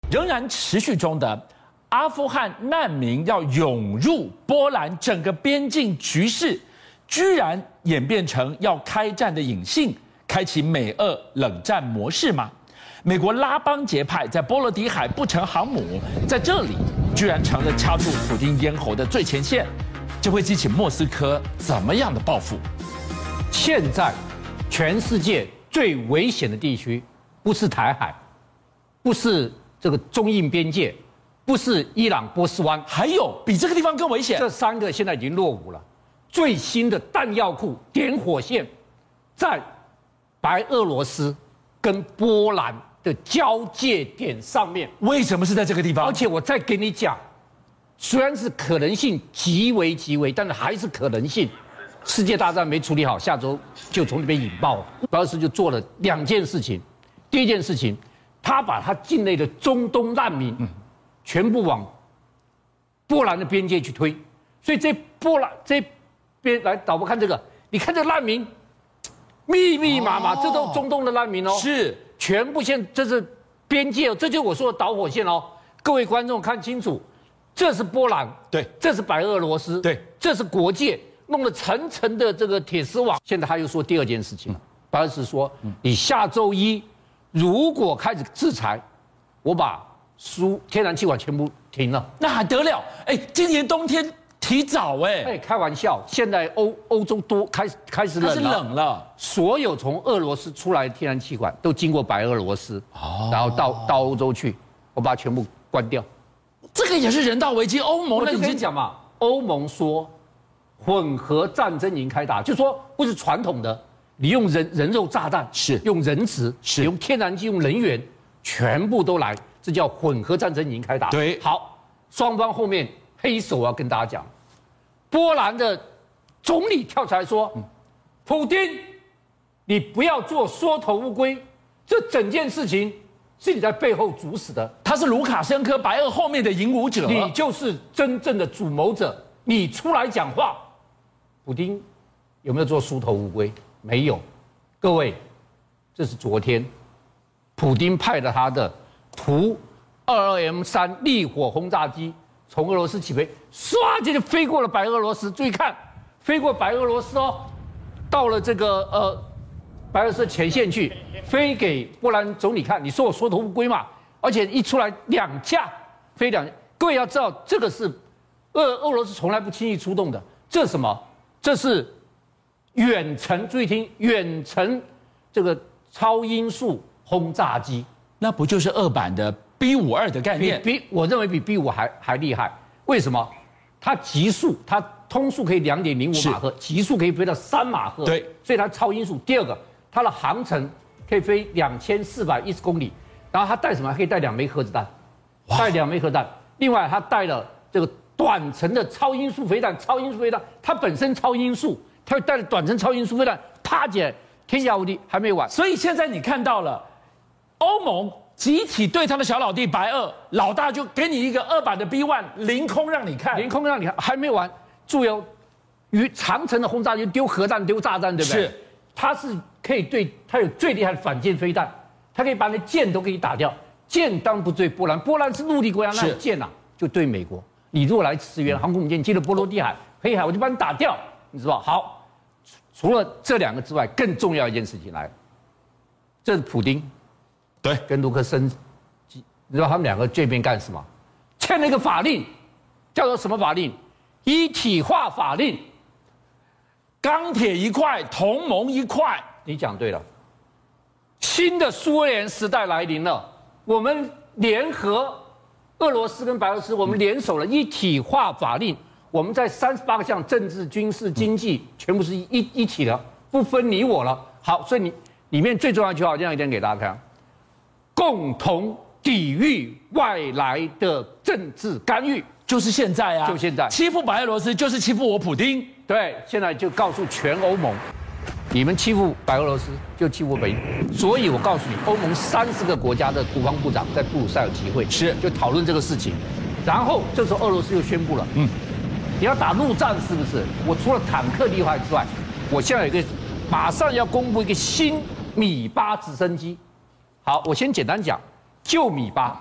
仍然持续中的阿富汗难民要涌入波兰，整个边境局势居然演变成要开战的隐性，开启美俄冷战模式吗？美国拉帮结派在波罗的海不成航母，在这里居然成了掐住普丁咽喉的最前线，这会激起莫斯科怎么样的报复？ 现在全世界最危险的地区，不是台海，不是这个中印边界，不是伊朗波斯湾， 还有比这个地方更危险。 这三个现在已经落伍了。最新的弹药库点火线，在白俄罗斯跟波兰的交界点上面。 为什么是在这个地方？ 而且我再给你讲，虽然是可能性极为，但是还是可能性。世界大战没处理好，下周就从那边引爆了。白俄罗斯就做了2件事情。第一件事情，他把他境内的中东难民全部往波兰的边界去推，所以这边来，导播看这个，你看这个难民密密麻麻，这都是中东的难民哦， 是全部这是边界，这就是我说的导火线哦。各位观众看清楚，这是波兰， 对， 这是白俄罗斯， 对， 这是国界，弄了层层的这个铁丝网。现在他又说第2件事情了，白俄罗斯说，你下周一如果开始制裁，我把天然气管全部停了， 那还得了？今年冬天提早开玩笑，现在欧洲多开始冷了，所有从俄罗斯出来的天然气管都经过白俄罗斯，然后到欧洲去，我把它全部关掉。 这个也是人道危机。欧盟那你先讲嘛，欧盟说混合战争已经开打，就说不是传统的，你用人肉炸弹， 是用人质，是用天然气，用能源，全部都来，这叫混合战争已经开打。 对， 好，双方后面黑手要跟大家讲，波兰的总理跳出来说，普丁，你不要做缩头乌龟，这整件事情是你在背后主使的， 他是卢卡申科白俄后面的引武者， 你就是真正的主谋者，你出来讲话。普丁有没有做缩头乌龟？没有。各位，这是昨天普丁派了他的图22M3烈火轰炸机从俄罗斯起飞，唰就飞过了白俄罗斯。注意看，飞过白俄罗斯哦，到了这个白俄罗斯前线去，飞给波兰总理看。你说我缩头乌龟嘛？而且一出来2架飞2架。各位要知道，这个是俄罗斯从来不轻易出动的。这是什么？这是远程，注意听，远程这个超音速轰炸机。 那不就是俄版的 B52的概念？ 我认为比 B5还厉害。为什么？它极速，它通速可以2.05马赫，极速可以飞到3马赫。 对， 所以它超音速。第二个，它的航程可以飞2410公里。然后它带什么？可以带2枚核子弹，带2枚核弹。另外，它带了这个短程的超音速飞弹。它本身超音速，它又带了短程超音速飞弹，啪起来，天下无敌，还没完。 所以现在你看到了，欧盟集体对他的小老弟白俄老大就给你一个2版的 B1 凌空让你看， 还没完。注意哦，与长程的轰炸机丢核弹、丢炸弹，对不对？ 是， 它是可以它有最厉害的反舰飞弹，它可以把那舰都可以打掉。舰当不对波兰，波兰是陆地国家，那舰啊就对美国。你如果来驰援航空母舰进了波罗的海、黑海，我就把你打掉，你知道？好，除了这2个之外，更重要一件事情来了，这是普丁， 对， 跟卢克申基，你知道他们2个这边干什么？签了一个法令，叫做什么法令？一体化法令。 钢铁一块，同盟一块。 你讲对了，新的苏联时代来临了，我们联合俄罗斯跟白俄罗斯，我们联手了一体化法令，我们在38个项政治、军事、经济全部是一体的，不分你我了。好，所以你里面最重要的一句话，这样一点给大家看：共同抵御外来的政治干预。 就是现在啊， 就现在欺负白俄罗斯就是欺负我普丁。 对，现在就告诉全欧盟，你们欺负白俄罗斯就欺负北京。所以我告诉你，欧盟30个国家的国防部长在布鲁塞尔集会，就讨论这个事情。然后这时候俄罗斯又宣布了，你要打陆战是不是？我除了坦克厉害之外，我现在有一个马上要公布一个新米8直升机。好，我先简单讲，就米8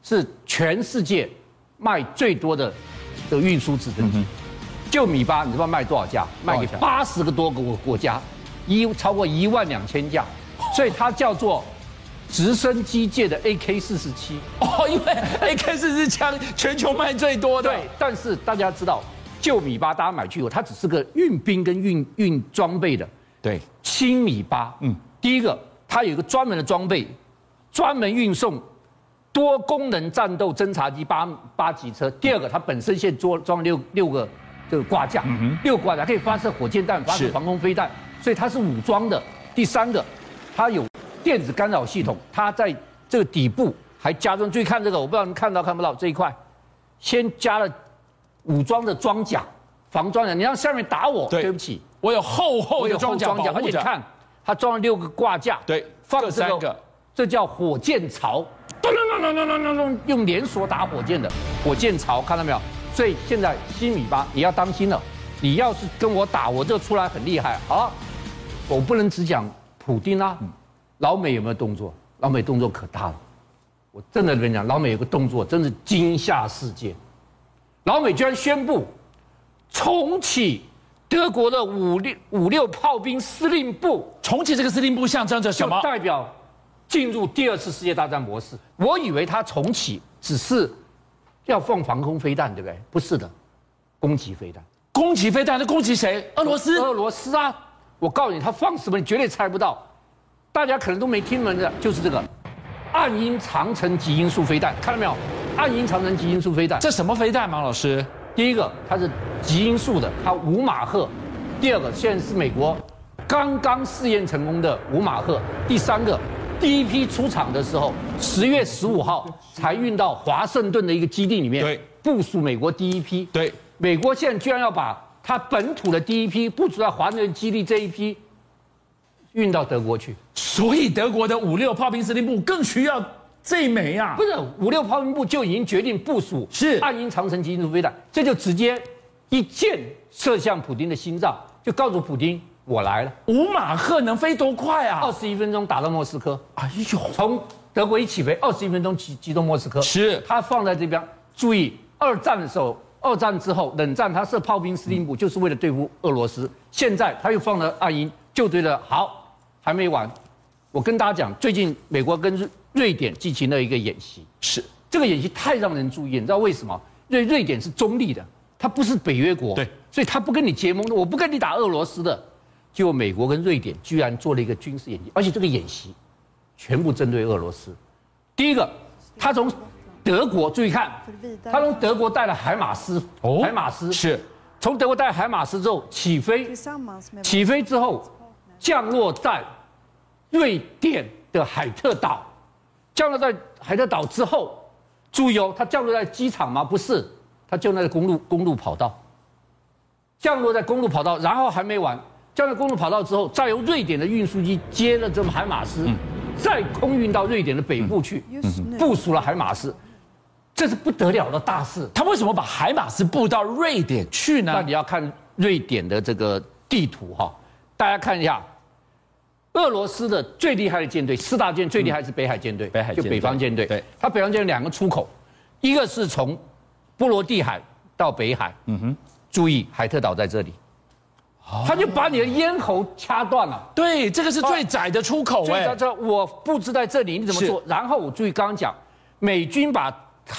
是全世界卖最多的运输直升机。就米八，你知道卖多少架？卖给80个多个国家，超过12000架，所以它叫做直升机界的 AK-47。 哦，因为 AK-47枪全球卖最多的。 对，但是大家知道，就米八大家买去以后，它只是个运兵跟运装备的。 对， 轻米八，第一个它有一个专门的装备，专门运送多功能战斗侦察机八级车。第二个，它本身现在装六个这个挂架，6个挂架可以发射火箭弹、发射防空飞弹，所以它是武装的。第三个，它有电子干扰系统，它在这个底部还加装。注意看这个，我不知道你们看不到这一块，先加了武装的装甲、防装甲。你让下面打我，对不起， 我有厚的装甲保护着。 而且看它装了6个挂架， 对， 放各3个， 这叫火箭槽，用连锁打火箭的火箭槽，看到没有？所以现在新米八你要当心了，你要是跟我打，我这出来很厉害啊！我不能只讲普丁啊，老美有没有动作？老美动作可大了，我真的跟你讲，老美有个动作真是惊吓世界。老美居然宣布重启德国的56炮兵司令部， 重启这个司令部象征着什么？ 代表进入第2次世界大战模式。我以为它重启只是要放防空飞弹，对不对？不是的，攻击飞弹。 攻击飞弹，那攻击谁？俄罗斯？ 俄罗斯啊！我告诉你，他放什么，你绝对猜不到。大家可能都没听闻的，就是这个暗鹰长城极音速飞弹，看到没有？暗鹰长城极音速飞弹， 这什么飞弹，马老师？ 第一个，它是极音速的，它5马赫；第二个，现在是美国刚刚试验成功的5马赫；第三个，第一批出厂的时候，10月15号才运到华盛顿的一个基地里面， 对， 部署美国第一批。 对， 美国现在居然要把它本土的第一批部署在华盛顿基地这一批运到德国去， 所以德国的56炮兵司令部更需要这一枚啊！ 不是56炮兵部就已经决定部署是暗鹰长城极音速飞弹，这就直接一箭射向普丁的心脏，就告诉普丁我来了。 5马赫能飞多快啊 ？21分钟打到莫斯科。 哎呦， 从德国一起飞，21分钟击中莫斯科。 是， 他放在这边。注意，二战的时候，二战之后，冷战他设炮兵司令部就是为了对付俄罗斯。现在他又放了暗鹰，就对了。好，还没完。我跟大家讲，最近美国跟瑞典进行了一个演习。 是， 这个演习太让人注意，你知道为什么？瑞典是中立的，它不是北约国， 对， 所以他不跟你结盟的，我不跟你打俄罗斯的。结果美国跟瑞典居然做了一个军事演习，而且这个演习全部针对俄罗斯。第一个，他从德国注意看，他从德国带了海马斯，海马斯是从德国带海马斯之后起飞，起飞之后降落在瑞典的海特岛，降落在海特岛之后，注意哦，它降落在机场吗？不是，它降落在公路跑道，降落在公路跑道，然后还没完。降落公路跑道之后，再由瑞典的运输机接了这海马斯，再空运到瑞典的北部去，部署了海马斯，这是不得了的大事。 他为什么把海马斯布到瑞典去呢？ 那你要看瑞典的这个地图哈，大家看一下，俄罗斯的最厉害的舰队，4大舰最厉害是北海舰队，就北方舰队。 对， 它北方舰队2个出口，一个是从波罗的海到北海，注意海特岛在这里。他就把你的咽喉掐断了。 对，这个是最窄的出口。 我布置在这里，你怎么做？然后我注意刚刚讲，美军把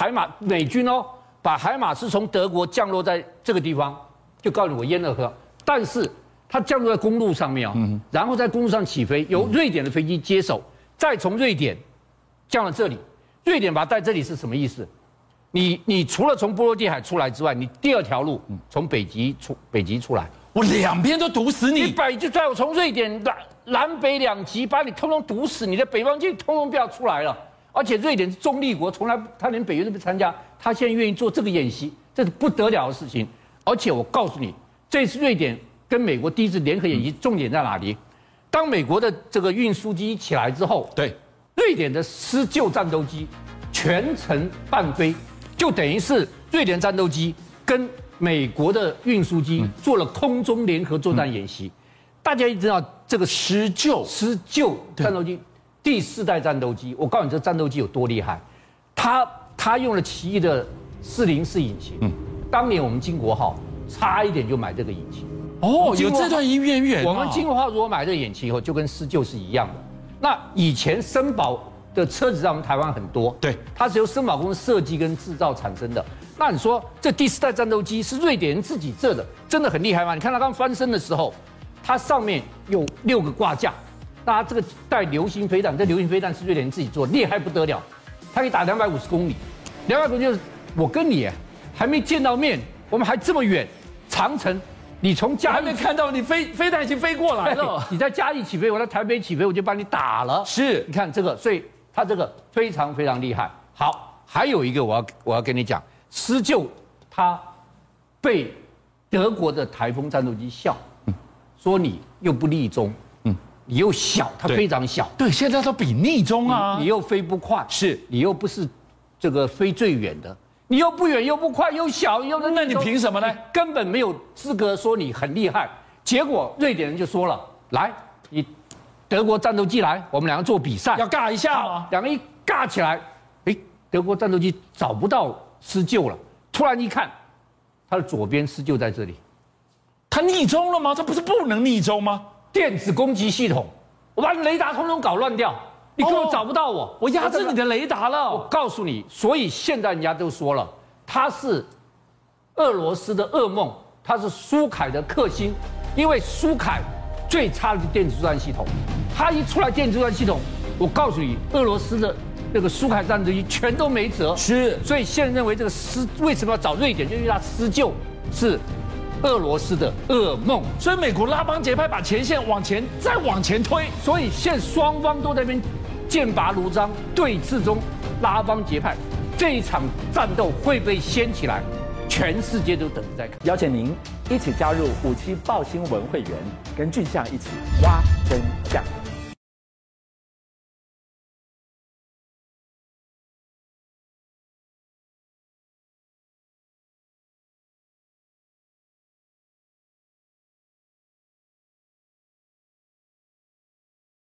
海马斯从德国降落在这个地方，就告诉你我淹了河。但是它降落在公路上面然后在公路上起飞，由瑞典的飞机接手，再从瑞典降到这里。瑞典把它带这里是什么意思？你除了从波罗的海出来之外，你第2条路从北极出来。 我2边都堵死你！ 就在我从瑞典南北2极把你通通堵死，你的北方舰通通不要出来了。而且瑞典是中立国，从来他连北约都不参加，他现在愿意做这个演习，这是不得了的事情。而且我告诉你，这次瑞典跟美国第一次联合演习，重点在哪里？当美国的这个运输机起来之后， 对， 瑞典的施救战斗机全程伴飞，就等于是瑞典战斗机跟美国的运输机做了空中联合作战演习。大家一直知道这个施救战斗机第4代战斗机，我告诉你这战斗机有多厉害，它他用了奇异的404引擎。当年我们金国号差一点就买这个引擎。 哦，有这段渊源。 我们金国号如果买这个引擎以后，就跟施救是一样的。那以前森宝的车子在我们台湾很多， 对， 它是由森宝公司设计跟制造产生的。那你说这第4代战斗机是瑞典人自己做的，真的很厉害吗？你看它刚翻身的时候，它上面有6个挂架，那它这个带流星飞弹，这流星飞弹是瑞典人自己做的，厉害不得了，它可以打250公里，200公里就是我跟你还没见到面，我们还这么远，长城。你从嘉义还没看到你飞弹已经飞过来了， 你在嘉义起飞，我在台北起飞，我就把你打了。 是， 你看这个，所以它这个非常非常厉害。好，还有一个我要跟你讲，施救他被德国的台风战斗机笑，说你又不立中，你又小，它非常小， 对，现在都比逆中啊， 你又飞不快， 是你又不是这个飞最远的。你又不远又不快又小又那你凭什么呢？ 根本没有资格说你很厉害。结果瑞典人就说了：“来，你德国战斗机来，我们两个做比赛， 要尬一下吗？” 两个一尬起来，德国战斗机找不到施救了。突然一看，它的左边施救在这里， 它逆中了吗？它不是不能逆中吗？ 电子攻击系统，我把你雷达通通搞乱掉。你根本找不到我， 我压制你的雷达了。 我告诉你，所以现在人家都说了，他是俄罗斯的噩梦，他是苏凯的克星，因为苏凯最差的电子作战系统，他一出来电子作战系统，我告诉你，俄罗斯的这个苏凯战斗机全都没辙。 是， 所以现在认为这个为什么要找瑞典，就因为他施救是俄罗斯的噩梦， 所以美国拉帮结派，把前线再往前推， 所以现在双方都在那边剑拔弩张，对峙中拉帮结派，这一场战斗会被掀起来，全世界都等着在看。 邀请您一起加入57爆新闻会员，跟俊相一起挖真相。